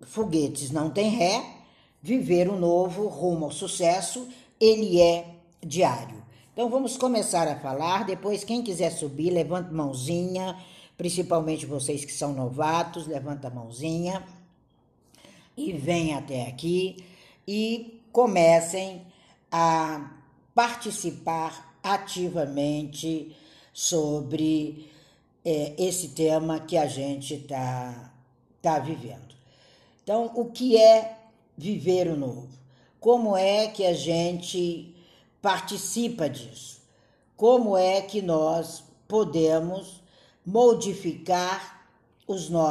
foguetes não têm ré, viver o novo rumo ao sucesso, ele é diário. Então vamos começar a falar, depois quem quiser subir, levanta a mãozinha, principalmente vocês que são novatos, levanta a mãozinha e vem até aqui e comecem a participar ativamente sobre esse tema que a gente está vivendo. Então, o que é viver o novo? Como é que a gente participa disso? Como é que nós podemos modificar o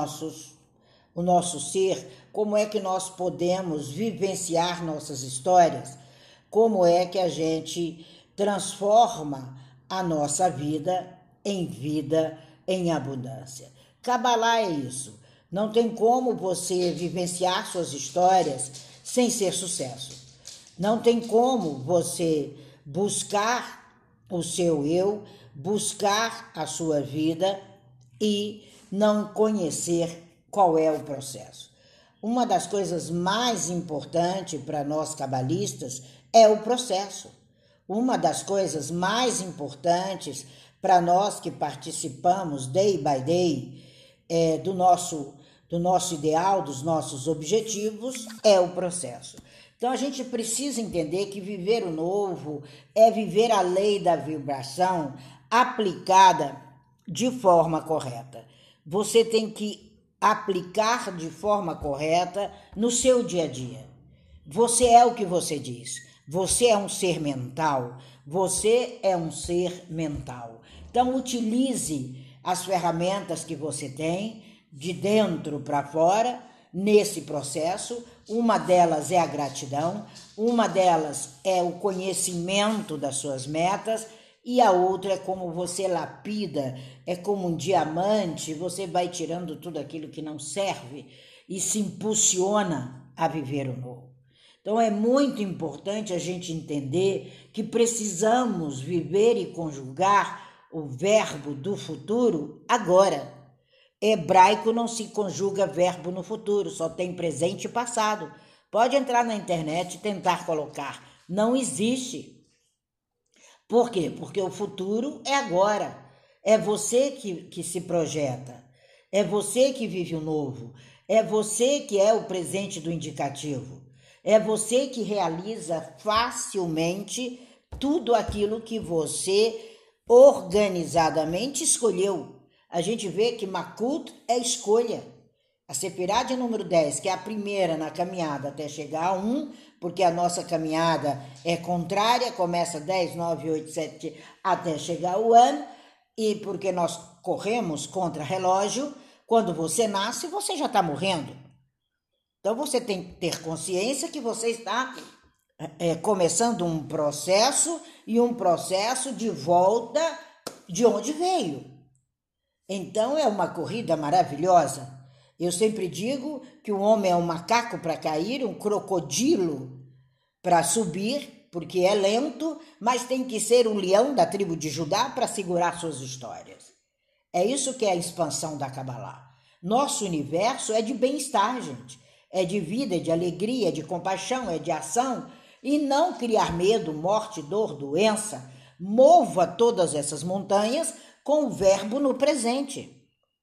nosso ser? Como é que nós podemos vivenciar nossas histórias? Como é que a gente transforma a nossa vida em abundância? Kabbalah é isso. Não tem como você vivenciar suas histórias sem ser sucesso. Não tem como você buscar o seu eu, buscar a sua vida e não conhecer qual é o processo. Uma das coisas mais importantes para nós cabalistas é o processo. Uma das coisas mais importantes para nós que participamos day by day do nosso ideal, dos nossos objetivos, é o processo. Então a gente precisa entender que viver o novo é viver a lei da vibração aplicada de forma correta. Você tem que aplicar de forma correta no seu dia a dia. Você é o que você diz. Você é um ser mental. Você é um ser mental. Então utilize as ferramentas que você tem de dentro para fora nesse processo. Uma delas é a gratidão, uma delas é o conhecimento das suas metas e a outra é como você lapida, é como um diamante, você vai tirando tudo aquilo que não serve e se impulsiona a viver o novo. Então é muito importante a gente entender que precisamos viver e conjugar o verbo do futuro agora. Hebraico não se conjuga verbo no futuro, só tem presente e passado. Pode entrar na internet e tentar colocar. Não existe. Por quê? Porque o futuro é agora. É você que se projeta. É você que vive o novo. É você que é o presente do indicativo. É você que realiza facilmente tudo aquilo que você organizadamente escolheu. A gente vê que Makut é escolha. A Sefirá de número 10, que é a primeira na caminhada até chegar a 1, porque a nossa caminhada é contrária, começa 10, 9, 8, 7 até chegar ao ano, e porque nós corremos contra relógio, quando você nasce, você já está morrendo. Então você tem que ter consciência que você está começando um processo e um processo de volta de onde veio. Então é uma corrida maravilhosa. Eu sempre digo que o homem é um macaco para cair, um crocodilo para subir, porque é lento, mas tem que ser um leão da tribo de Judá para segurar suas histórias. É isso que é a expansão da Kabbalah. Nosso universo é de bem-estar, gente. É de vida, é de alegria, é de compaixão, é de ação. E não criar medo, morte, dor, doença. Mova todas essas montanhas com o verbo no presente.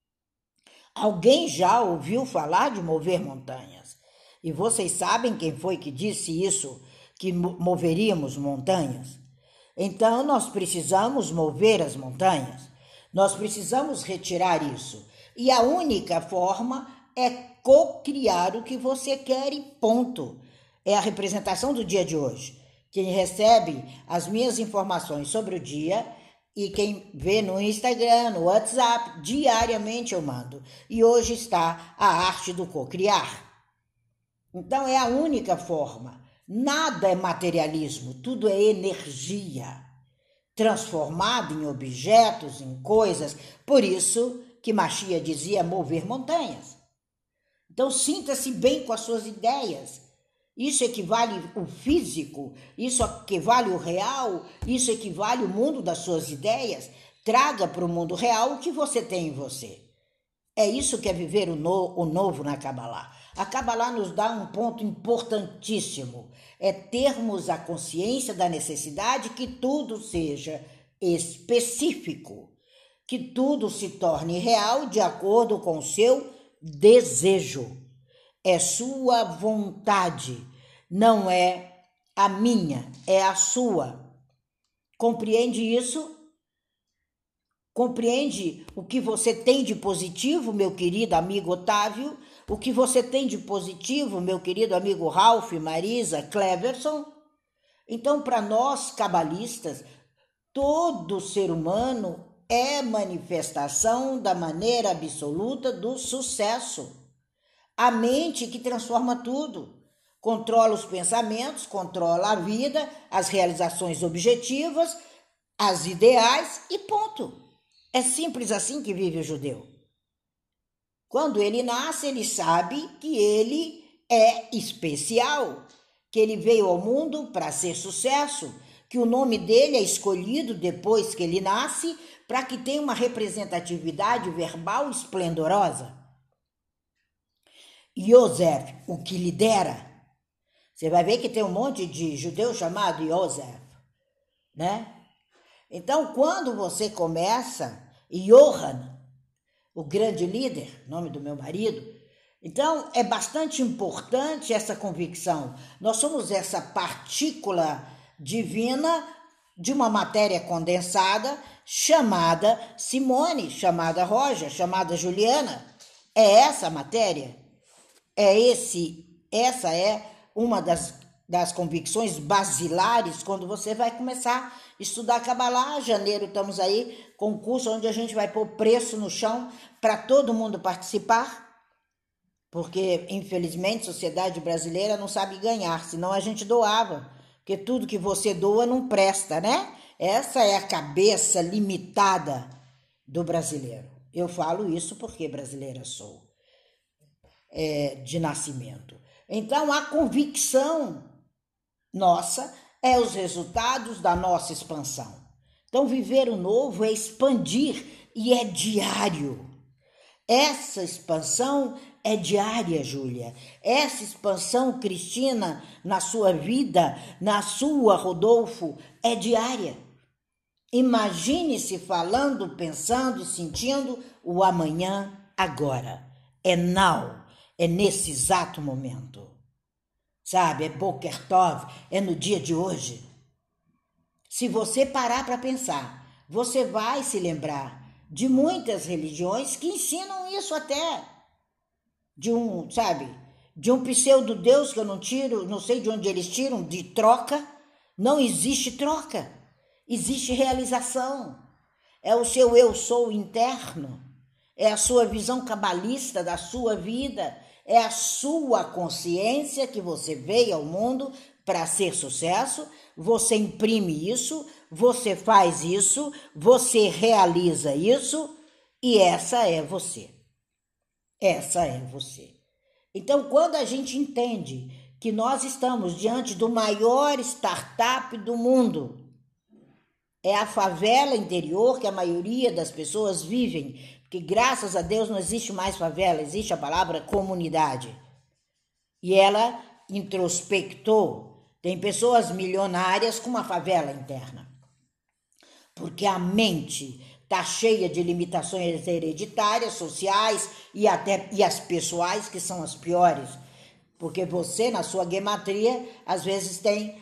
Alguém já ouviu falar de mover montanhas? E vocês sabem quem foi que disse isso, que moveríamos montanhas? Então nós precisamos mover as montanhas. Nós precisamos retirar isso. E a única forma é co-criar o que você quer e ponto. É a representação do dia de hoje. Quem recebe as minhas informações sobre o dia e quem vê no Instagram, no WhatsApp, diariamente eu mando. E hoje está a arte do co-criar. Então é a única forma. Nada é materialismo, tudo é energia transformada em objetos, em coisas. Por isso que Mashiach dizia mover montanhas. Então sinta-se bem com as suas ideias. Isso equivale o físico, isso equivale o real, isso equivale o mundo das suas ideias. Traga para o mundo real o que você tem em você. É isso que é viver o novo na Kabbalah. A Kabbalah nos dá um ponto importantíssimo, é termos a consciência da necessidade que tudo seja específico, que tudo se torne real de acordo com o seu desejo. É sua vontade, não é a minha, é a sua. Compreende isso? Compreende o que você tem de positivo, meu querido amigo Otávio? O que você tem de positivo, meu querido amigo Ralph, Marisa, Cleverson? Então, para nós cabalistas, todo ser humano é manifestação da maneira absoluta do sucesso. A mente que transforma tudo. Controla os pensamentos, controla a vida, as realizações objetivas, as ideais e ponto. É simples assim que vive o judeu. Quando ele nasce, ele sabe que ele é especial, que ele veio ao mundo para ser sucesso, que o nome dele é escolhido depois que ele nasce para que tenha uma representatividade verbal esplendorosa. Yosef, o que lidera. Você vai ver que tem um monte de judeu chamado Yosef, né? Então, quando você começa, Johan, o grande líder, nome do meu marido, então é bastante importante essa convicção. Nós somos essa partícula divina de uma matéria condensada chamada Simone, chamada Roja, chamada Juliana. É essa a matéria? Essa é uma das convicções basilares quando você vai começar a estudar Kabbalah. Janeiro estamos aí com um curso onde a gente vai pôr preço no chão para todo mundo participar, porque infelizmente a sociedade brasileira não sabe ganhar, senão a gente doava, porque tudo que você doa não presta, né? Essa é a cabeça limitada do brasileiro. Eu falo isso porque brasileira sou, de nascimento. Então, a convicção nossa é os resultados da nossa expansão. Então, viver o novo é expandir e é diário. Essa expansão é diária, Júlia. Essa expansão, Cristina, na sua vida, na sua, Rodolfo, é diária. Imagine-se falando, pensando e sentindo o amanhã agora. É now. É nesse exato momento, sabe? É Boker Tov, é no dia de hoje. Se você parar para pensar, você vai se lembrar de muitas religiões que ensinam isso até. De um pseudo-deus que eu não sei de onde eles tiram, de troca. Não existe troca, existe realização. É o seu eu sou interno. É a sua visão cabalista da sua vida, é a sua consciência que você veio ao mundo para ser sucesso, você imprime isso, você faz isso, você realiza isso e essa é você. Essa é você. Então, quando a gente entende que nós estamos diante do maior startup do mundo, é a favela interior que a maioria das pessoas vivem, porque graças a Deus não existe mais favela, existe a palavra comunidade. E ela introspectou. Tem pessoas milionárias com uma favela interna. Porque a mente está cheia de limitações hereditárias, sociais e as pessoais, que são as piores. Porque você, na sua gematria, às vezes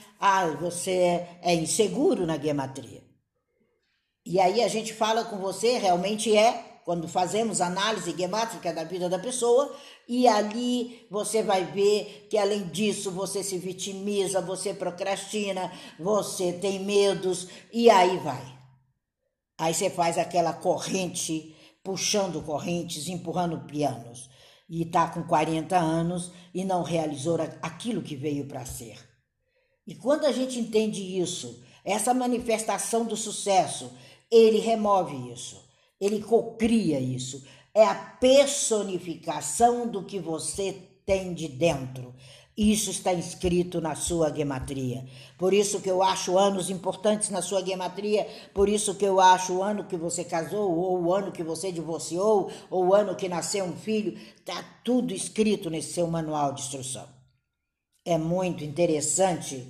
você é inseguro na gematria. E aí a gente fala com você, realmente quando fazemos análise gemátrica da vida da pessoa, e ali você vai ver que além disso você se vitimiza, você procrastina, você tem medos, e aí vai. Aí você faz aquela corrente, puxando correntes, empurrando pianos, e está com 40 anos e não realizou aquilo que veio para ser. E quando a gente entende isso, essa manifestação do sucesso, ele remove isso, ele cocria isso. É a personificação do que você tem de dentro. Isso está inscrito na sua gematria. Por isso que eu acho anos importantes na sua gematria, por isso que eu acho o ano que você casou, ou o ano que você divorciou, ou o ano que nasceu um filho, está tudo escrito nesse seu manual de instrução. É muito interessante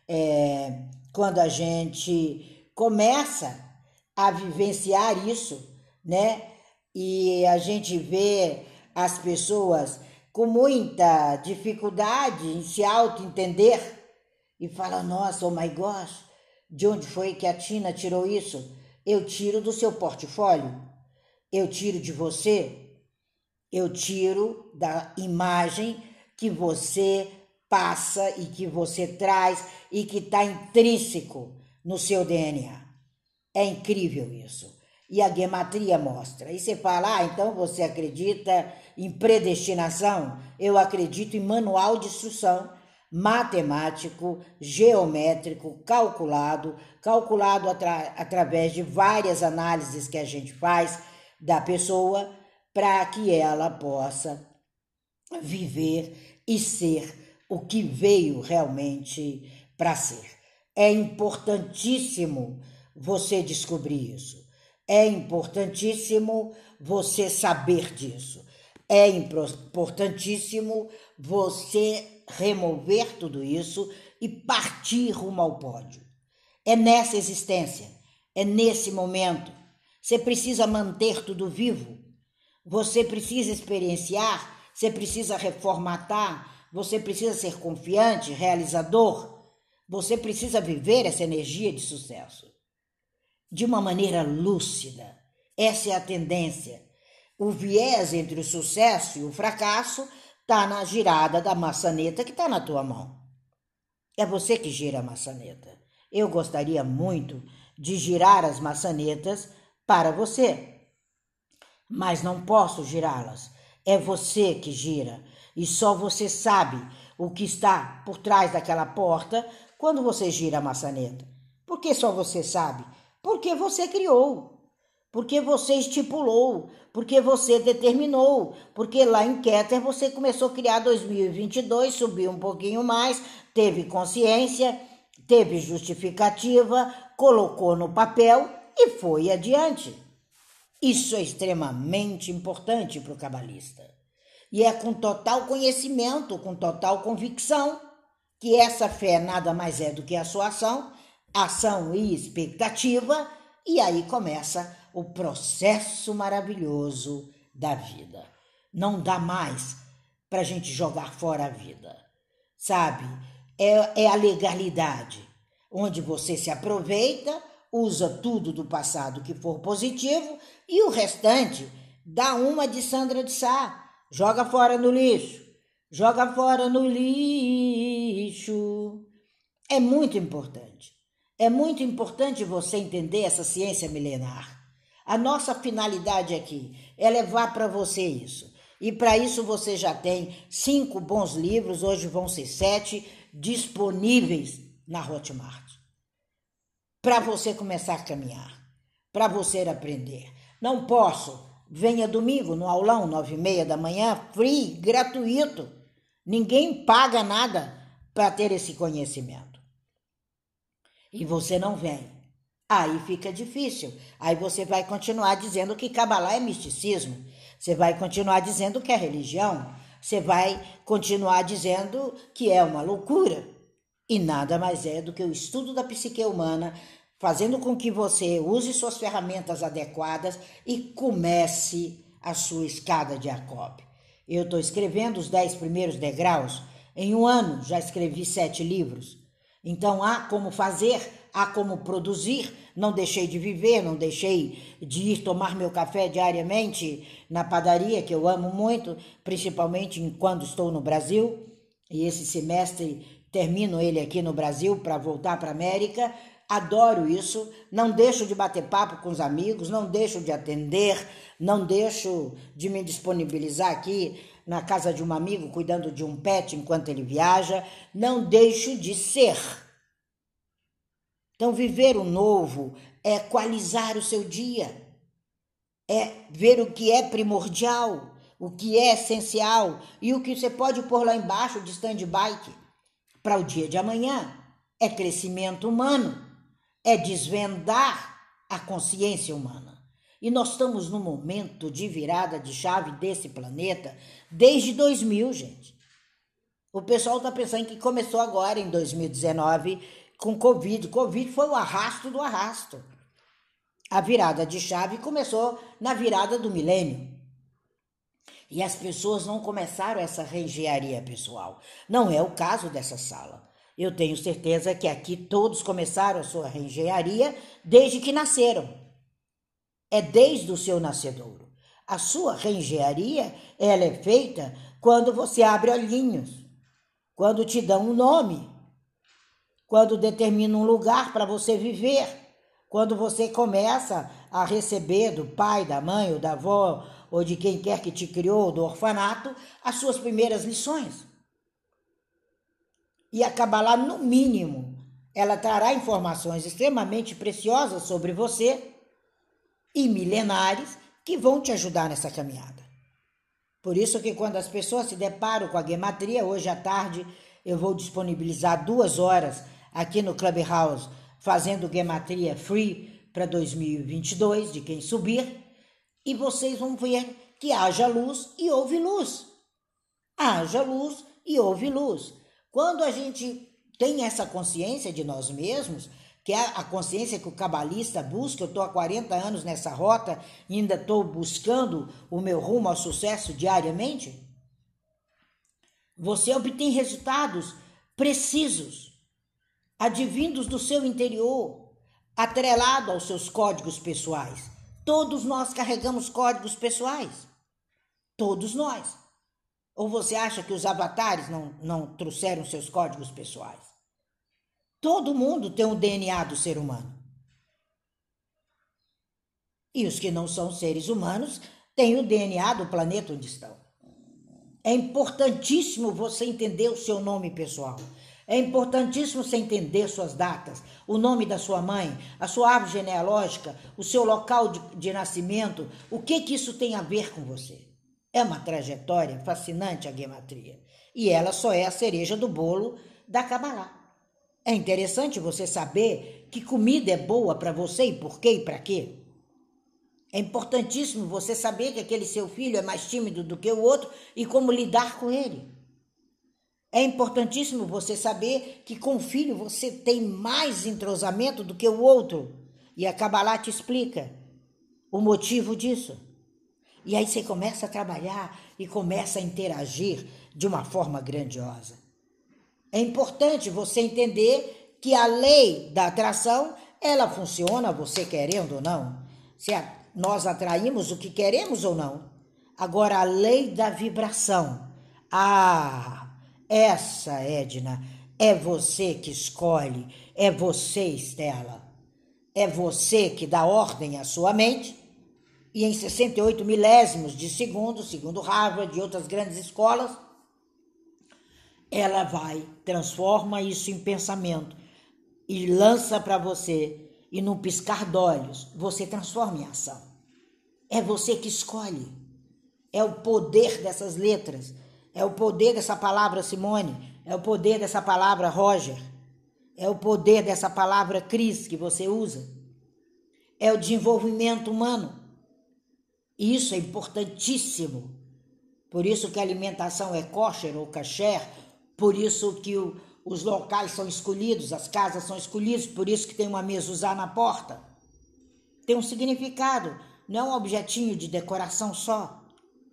quando a gente começa a vivenciar isso, né? E a gente vê as pessoas com muita dificuldade em se auto-entender e fala, nossa, oh my gosh, de onde foi que a Tina tirou isso? Eu tiro do seu portfólio, eu tiro de você, eu tiro da imagem que você passa e que você traz e que está intrínseco no seu DNA. É incrível isso. E a gematria mostra. E você fala, então você acredita em predestinação? Eu acredito em manual de instrução matemático, geométrico, calculado através de várias análises que a gente faz da pessoa para que ela possa viver e ser o que veio realmente para ser. É importantíssimo você descobrir isso. É importantíssimo você saber disso. É importantíssimo você remover tudo isso e partir rumo ao pódio. É nessa existência, é nesse momento. Você precisa manter tudo vivo. Você precisa experienciar, você precisa reformatar, você precisa ser confiante, realizador. Você precisa viver essa energia de sucesso de uma maneira lúcida. Essa é a tendência. O viés entre o sucesso e o fracasso está na girada da maçaneta que está na tua mão. É você que gira a maçaneta. Eu gostaria muito de girar as maçanetas para você, mas não posso girá-las. É você que gira e só você sabe o que está por trás daquela porta quando você gira a maçaneta. Por que só você sabe? Porque você criou, porque você estipulou, porque você determinou, porque lá em Keter você começou a criar 2022, subiu um pouquinho mais, teve consciência, teve justificativa, colocou no papel e foi adiante. Isso é extremamente importante para o cabalista. E é com total conhecimento, com total convicção, que essa fé nada mais é do que a sua ação e expectativa, e aí começa o processo maravilhoso da vida. Não dá mais para a gente jogar fora a vida, sabe? É a legalidade, onde você se aproveita, usa tudo do passado que for positivo e o restante dá uma de Sandra de Sá, joga fora no lixo, joga fora no lixo. É muito importante. É muito importante você entender essa ciência milenar. A nossa finalidade aqui é levar para você isso. E para isso você já tem 5 bons livros, hoje vão ser 7, disponíveis na Hotmart. Para você começar a caminhar, para você aprender. Não posso. Venha domingo no aulão, 9h30 da manhã, free, gratuito. Ninguém paga nada para ter esse conhecimento. E você não vem. Aí fica difícil. Aí você vai continuar dizendo que Kabbalah é misticismo. Você vai continuar dizendo que é religião. Você vai continuar dizendo que é uma loucura. E nada mais é do que o estudo da psique humana, fazendo com que você use suas ferramentas adequadas e comece a sua escada de Jacob. Eu estou escrevendo os 10 primeiros degraus. Em um ano já escrevi 7 livros. Então há como fazer, há como produzir. Não deixei de viver, não deixei de ir tomar meu café diariamente na padaria, que eu amo muito, principalmente quando estou no Brasil. E esse semestre termino ele aqui no Brasil para voltar para a América. Adoro isso, não deixo de bater papo com os amigos, não deixo de atender, não deixo de me disponibilizar aqui na casa de um amigo, cuidando de um pet enquanto ele viaja, não deixo de ser. Então, viver o novo é equalizar o seu dia, é ver o que é primordial. o que é essencial e o que você pode pôr lá embaixo de stand-by para o dia de amanhã. É crescimento humano, é desvendar a consciência humana. E nós estamos num momento de virada de chave desse planeta desde 2000, gente. O pessoal está pensando que começou agora em 2019 com Covid. Covid foi o arrasto do arrasto. A virada de chave começou na virada do milênio. E as pessoas não começaram essa reengenharia pessoal. Não é o caso dessa sala. Eu tenho certeza que aqui todos começaram a sua reengenharia desde que nasceram. É desde o seu nascedouro. A sua reengenharia, ela é feita quando você abre olhinhos, quando te dão um nome, quando determina um lugar para você viver, quando você começa a receber do pai, da mãe ou da avó ou de quem quer que te criou, do orfanato, as suas primeiras lições. E a Kabbalah, no mínimo, ela trará informações extremamente preciosas sobre você e milenares que vão te ajudar nessa caminhada. Por isso que quando as pessoas se deparam com a gematria, hoje à tarde eu vou disponibilizar 2 horas aqui no Clubhouse fazendo gematria free para 2022, de quem subir, e vocês vão ver que haja luz e houve luz. Haja luz e houve luz. Quando a gente tem essa consciência de nós mesmos, que é a consciência que o cabalista busca, eu estou há 40 anos nessa rota e ainda estou buscando o meu rumo ao sucesso diariamente, você obtém resultados precisos, advindos do seu interior, atrelado aos seus códigos pessoais. Todos nós carregamos códigos pessoais. Todos nós. Ou você acha que os avatares não trouxeram seus códigos pessoais? Todo mundo tem o DNA do ser humano. E os que não são seres humanos têm o DNA do planeta onde estão. É importantíssimo você entender o seu nome pessoal. É importantíssimo você entender suas datas, o nome da sua mãe, a sua árvore genealógica, o seu local de nascimento, o que isso tem a ver com você. É uma trajetória fascinante a gematria. E ela só é a cereja do bolo da Kabbalah. É interessante você saber que comida é boa para você e por quê e para quê. É importantíssimo você saber que aquele seu filho é mais tímido do que o outro e como lidar com ele. É importantíssimo você saber que com o filho você tem mais entrosamento do que o outro. E a Kabbalah te explica o motivo disso. E aí você começa a trabalhar e começa a interagir de uma forma grandiosa. É importante você entender que a lei da atração, ela funciona você querendo ou não. Nós atraímos o que queremos ou não. Agora, a lei da vibração. Essa, Edna, é você que escolhe. É você, Estela. É você que dá ordem à sua mente. E em 68 milésimos de segundo, segundo Harvard e outras grandes escolas, ela vai, transforma isso em pensamento e lança para você, e num piscar de olhos, você transforma em ação. É você que escolhe. É o poder dessas letras, é o poder dessa palavra Simone, é o poder dessa palavra Roger, é o poder dessa palavra Cris que você usa. É o desenvolvimento humano. Isso é importantíssimo. Por isso que a alimentação é kosher ou kasher, por isso que os locais são escolhidos, as casas são escolhidas, por isso que tem uma mezuzá na porta. Tem um significado, não é um objetinho de decoração só.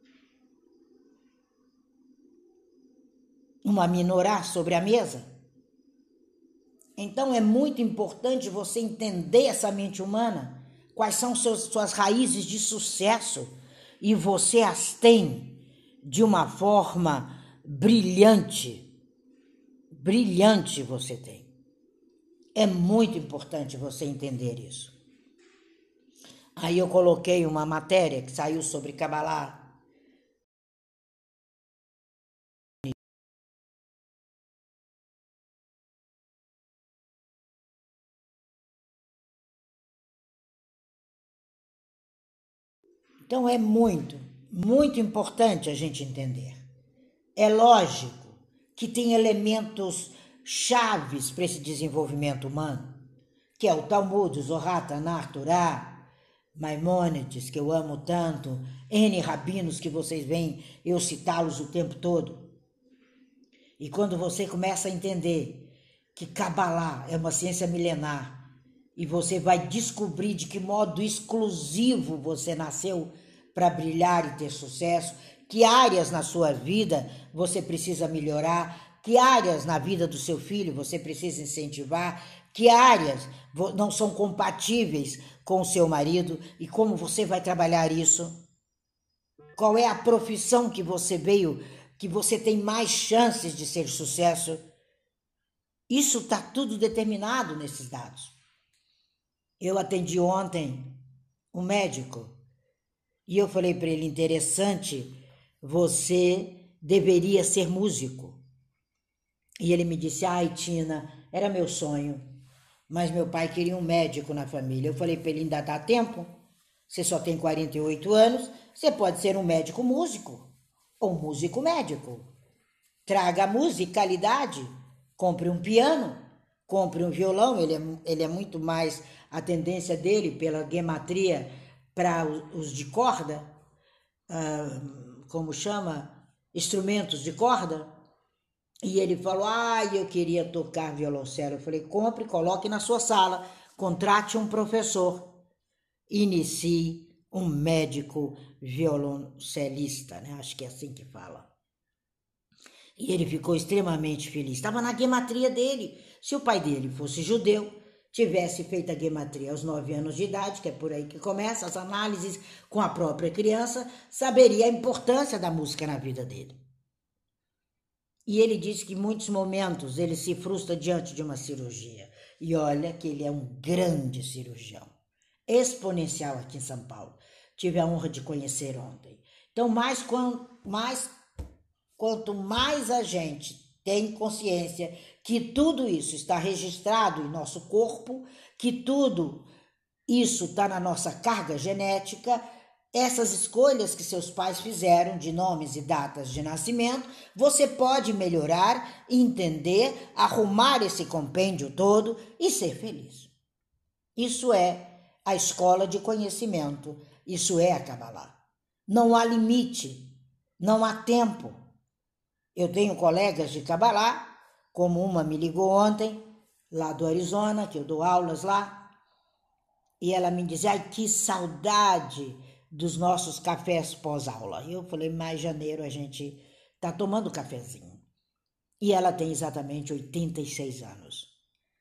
Uma menorá sobre a mesa. Então é muito importante você entender essa mente humana, quais são suas raízes de sucesso, e você as tem de uma forma brilhante. Brilhante você tem. É muito importante você entender isso. Aí eu coloquei uma matéria que saiu sobre Kabbalah. Então é muito, muito importante a gente entender. É lógico que tem elementos chaves para esse desenvolvimento humano, que é o Talmud, o Zohar, Tanar, Torá, Maimônides, que eu amo tanto, N rabinos que vocês veem eu citá-los o tempo todo. E quando você começa a entender que Kabbalah é uma ciência milenar e você vai descobrir de que modo exclusivo você nasceu para brilhar e ter sucesso, que áreas na sua vida você precisa melhorar, que áreas na vida do seu filho você precisa incentivar, que áreas não são compatíveis com o seu marido e como você vai trabalhar isso. Qual é a profissão que você veio, que você tem mais chances de ser sucesso? Isso está tudo determinado nesses dados. Eu atendi ontem um médico e eu falei para ele, interessante, você deveria ser músico. E ele me disse, ai Tina, era meu sonho, mas meu pai queria um médico na família. Eu falei para ele, ainda dá tempo? Você só tem 48 anos, você pode ser um médico músico ou um músico médico. Traga musicalidade, compre um piano, compre um violão, ele é muito mais a tendência dele pela gematria para os de corda, como chama? Instrumentos de corda. E ele falou, eu queria tocar violoncelo. Eu falei, compre, coloque na sua sala, contrate um professor, inicie um médico violoncelista, né? Acho que é assim que fala. E ele ficou extremamente feliz. Estava na gematria dele. Se o pai dele fosse judeu, tivesse feito a gematria aos 9 anos de idade, que é por aí que começa as análises com a própria criança, saberia a importância da música na vida dele. E ele disse que em muitos momentos ele se frustra diante de uma cirurgia. E olha que ele é um grande cirurgião, exponencial aqui em São Paulo. Tive a honra de conhecer ontem. Então, quanto mais a gente tem consciência que tudo isso está registrado em nosso corpo, que tudo isso está na nossa carga genética, essas escolhas que seus pais fizeram de nomes e datas de nascimento, você pode melhorar, entender, arrumar esse compêndio todo e ser feliz. Isso é a escola de conhecimento, isso é a Kabbalah. Não há limite, não há tempo. Eu tenho colegas de Kabbalah, como uma me ligou ontem, lá do Arizona, que eu dou aulas lá, e ela me dizia, que saudade dos nossos cafés pós-aula. Eu falei, mais janeiro a gente tá tomando cafezinho. E ela tem exatamente 86 anos.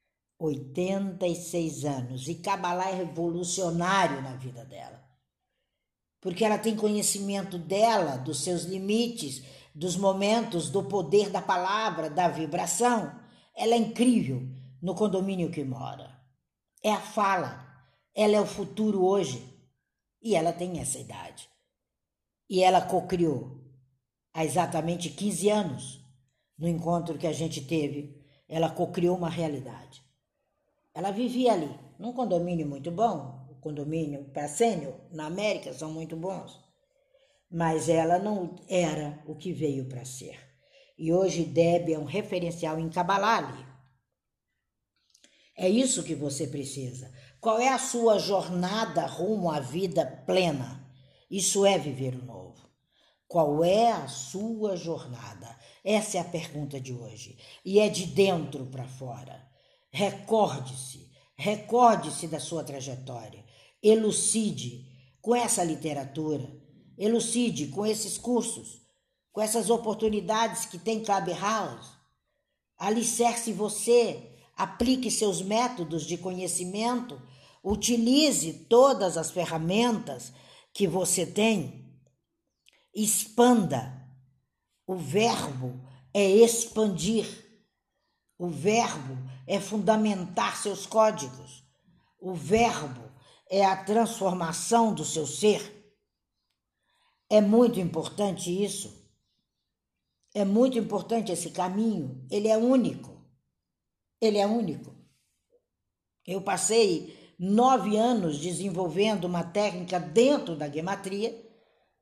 86 anos. E Kabbalah é revolucionário na vida dela. Porque ela tem conhecimento dela, dos seus limites, dos momentos, do poder da palavra, da vibração. Ela é incrível no condomínio que mora. É a fala. Ela é o futuro hoje. E ela tem essa idade. E ela cocriou há exatamente 15 anos, no encontro que a gente teve. Ela cocriou uma realidade. Ela vivia ali, num condomínio muito bom, o condomínio para sênior, na América, são muito bons. Mas ela não era o que veio para ser. E hoje Deb é um referencial em Kabbalah ali. É isso que você precisa. Qual é a sua jornada rumo à vida plena? Isso é viver o novo. Qual é a sua jornada? Essa é a pergunta de hoje. E é de dentro para fora. Recorde-se da sua trajetória. Elucide com essa literatura. Elucide com esses cursos, com essas oportunidades que tem Clubhouse. Alicerce você. Aplique seus métodos de conhecimento, utilize todas as ferramentas que você tem, expanda. O verbo é expandir, o verbo é fundamentar seus códigos, o verbo é a transformação do seu ser. É muito importante isso, é muito importante esse caminho, ele é único. Ele é único. Eu passei 9 anos desenvolvendo uma técnica dentro da gematria,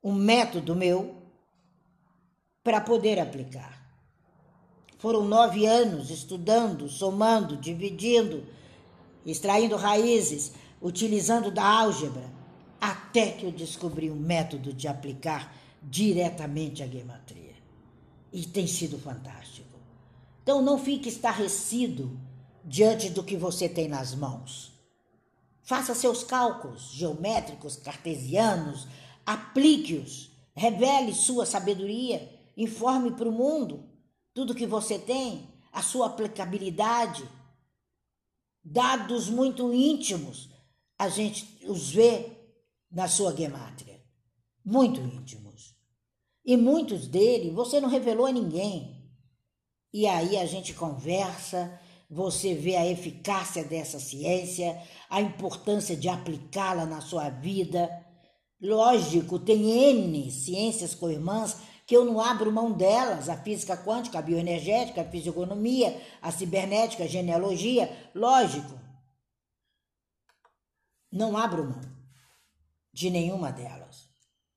um método meu para poder aplicar. Foram 9 anos estudando, somando, dividindo, extraindo raízes, utilizando da álgebra, até que eu descobri um método de aplicar diretamente a gematria. E tem sido fantástico. Então não fique estarrecido diante do que você tem nas mãos. Faça seus cálculos geométricos, cartesianos, aplique-os, revele sua sabedoria, informe para o mundo tudo que você tem, a sua aplicabilidade. Dados muito íntimos, a gente os vê na sua gemátria, muito íntimos. E muitos deles você não revelou a ninguém. E aí a gente conversa, você vê a eficácia dessa ciência, a importância de aplicá-la na sua vida. Lógico, tem N ciências co-irmãs que eu não abro mão delas, a física quântica, a bioenergética, a fisionomia, a cibernética, a genealogia, lógico. Não abro mão de nenhuma delas.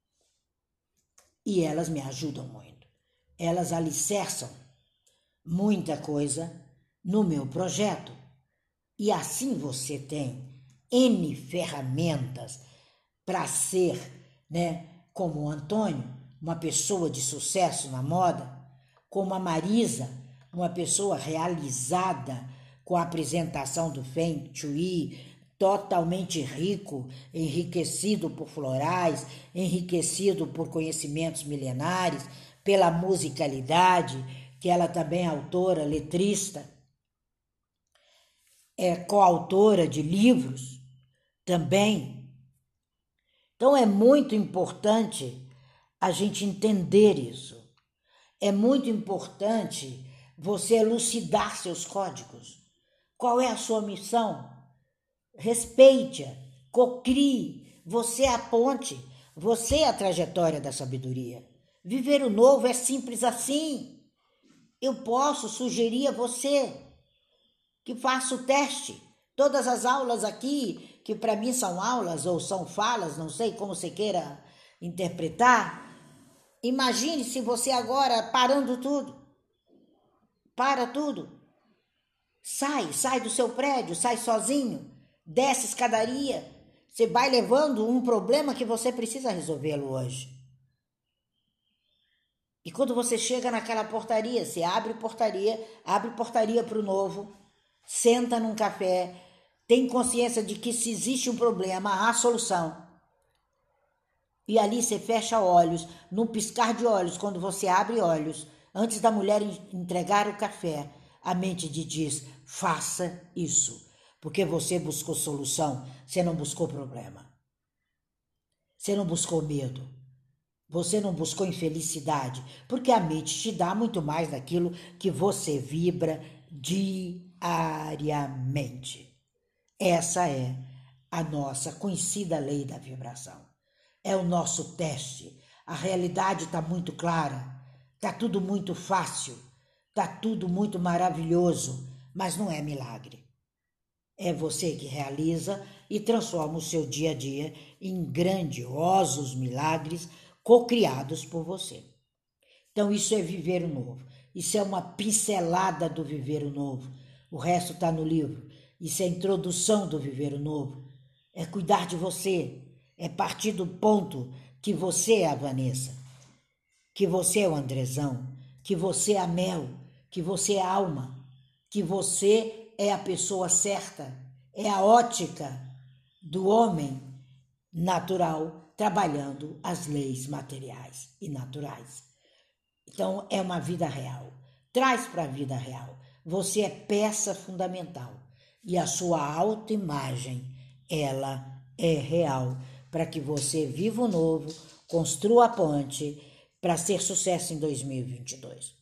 E elas me ajudam muito. Elas alicerçam muita coisa no meu projeto. E assim você tem N ferramentas para ser, como o Antônio, uma pessoa de sucesso na moda, como a Marisa, uma pessoa realizada com a apresentação do Feng Shui, totalmente rico, enriquecido por florais, enriquecido por conhecimentos milenares, pela musicalidade, que ela também é autora, letrista, é coautora de livros também. Então é muito importante a gente entender isso. É muito importante você elucidar seus códigos. Qual é a sua missão? Respeite-a, cocrie, você é a ponte, você é a trajetória da sabedoria. Viver o novo é simples assim. Eu posso sugerir a você que faça o teste. Todas as aulas aqui, que para mim são aulas ou são falas, não sei como você queira interpretar. Imagine se você agora parando tudo. Para tudo. Sai do seu prédio, sai sozinho, desce escadaria. Você vai levando um problema que você precisa resolvê-lo hoje. E quando você chega naquela portaria, você abre portaria para o novo, senta num café, tem consciência de que se existe um problema, há solução. E ali você fecha olhos, num piscar de olhos, quando você abre olhos, antes da mulher entregar o café, a mente te diz, faça isso, porque você buscou solução, você não buscou problema. Você não buscou medo, você não buscou infelicidade, porque a mente te dá muito mais daquilo que você vibra diariamente. Essa é a nossa conhecida lei da vibração. É o nosso teste. A realidade está muito clara, está tudo muito fácil, está tudo muito maravilhoso, mas não é milagre. É você que realiza e transforma o seu dia a dia em grandiosos milagres cocriados por você. Então isso é viver o novo. Isso é uma pincelada do viver o novo. O resto está no livro. Isso é a introdução do viver o novo. É cuidar de você. É partir do ponto que você é a Vanessa, que você é o Andrezão, que você é a Mel, que você é a Alma, que você é a pessoa certa, é a ótica do homem natural trabalhando as leis materiais e naturais. Então é uma vida real. Traz para a vida real. Você é peça fundamental e a sua autoimagem, ela é real, para que você viva o novo, construa a ponte para ser sucesso em 2022.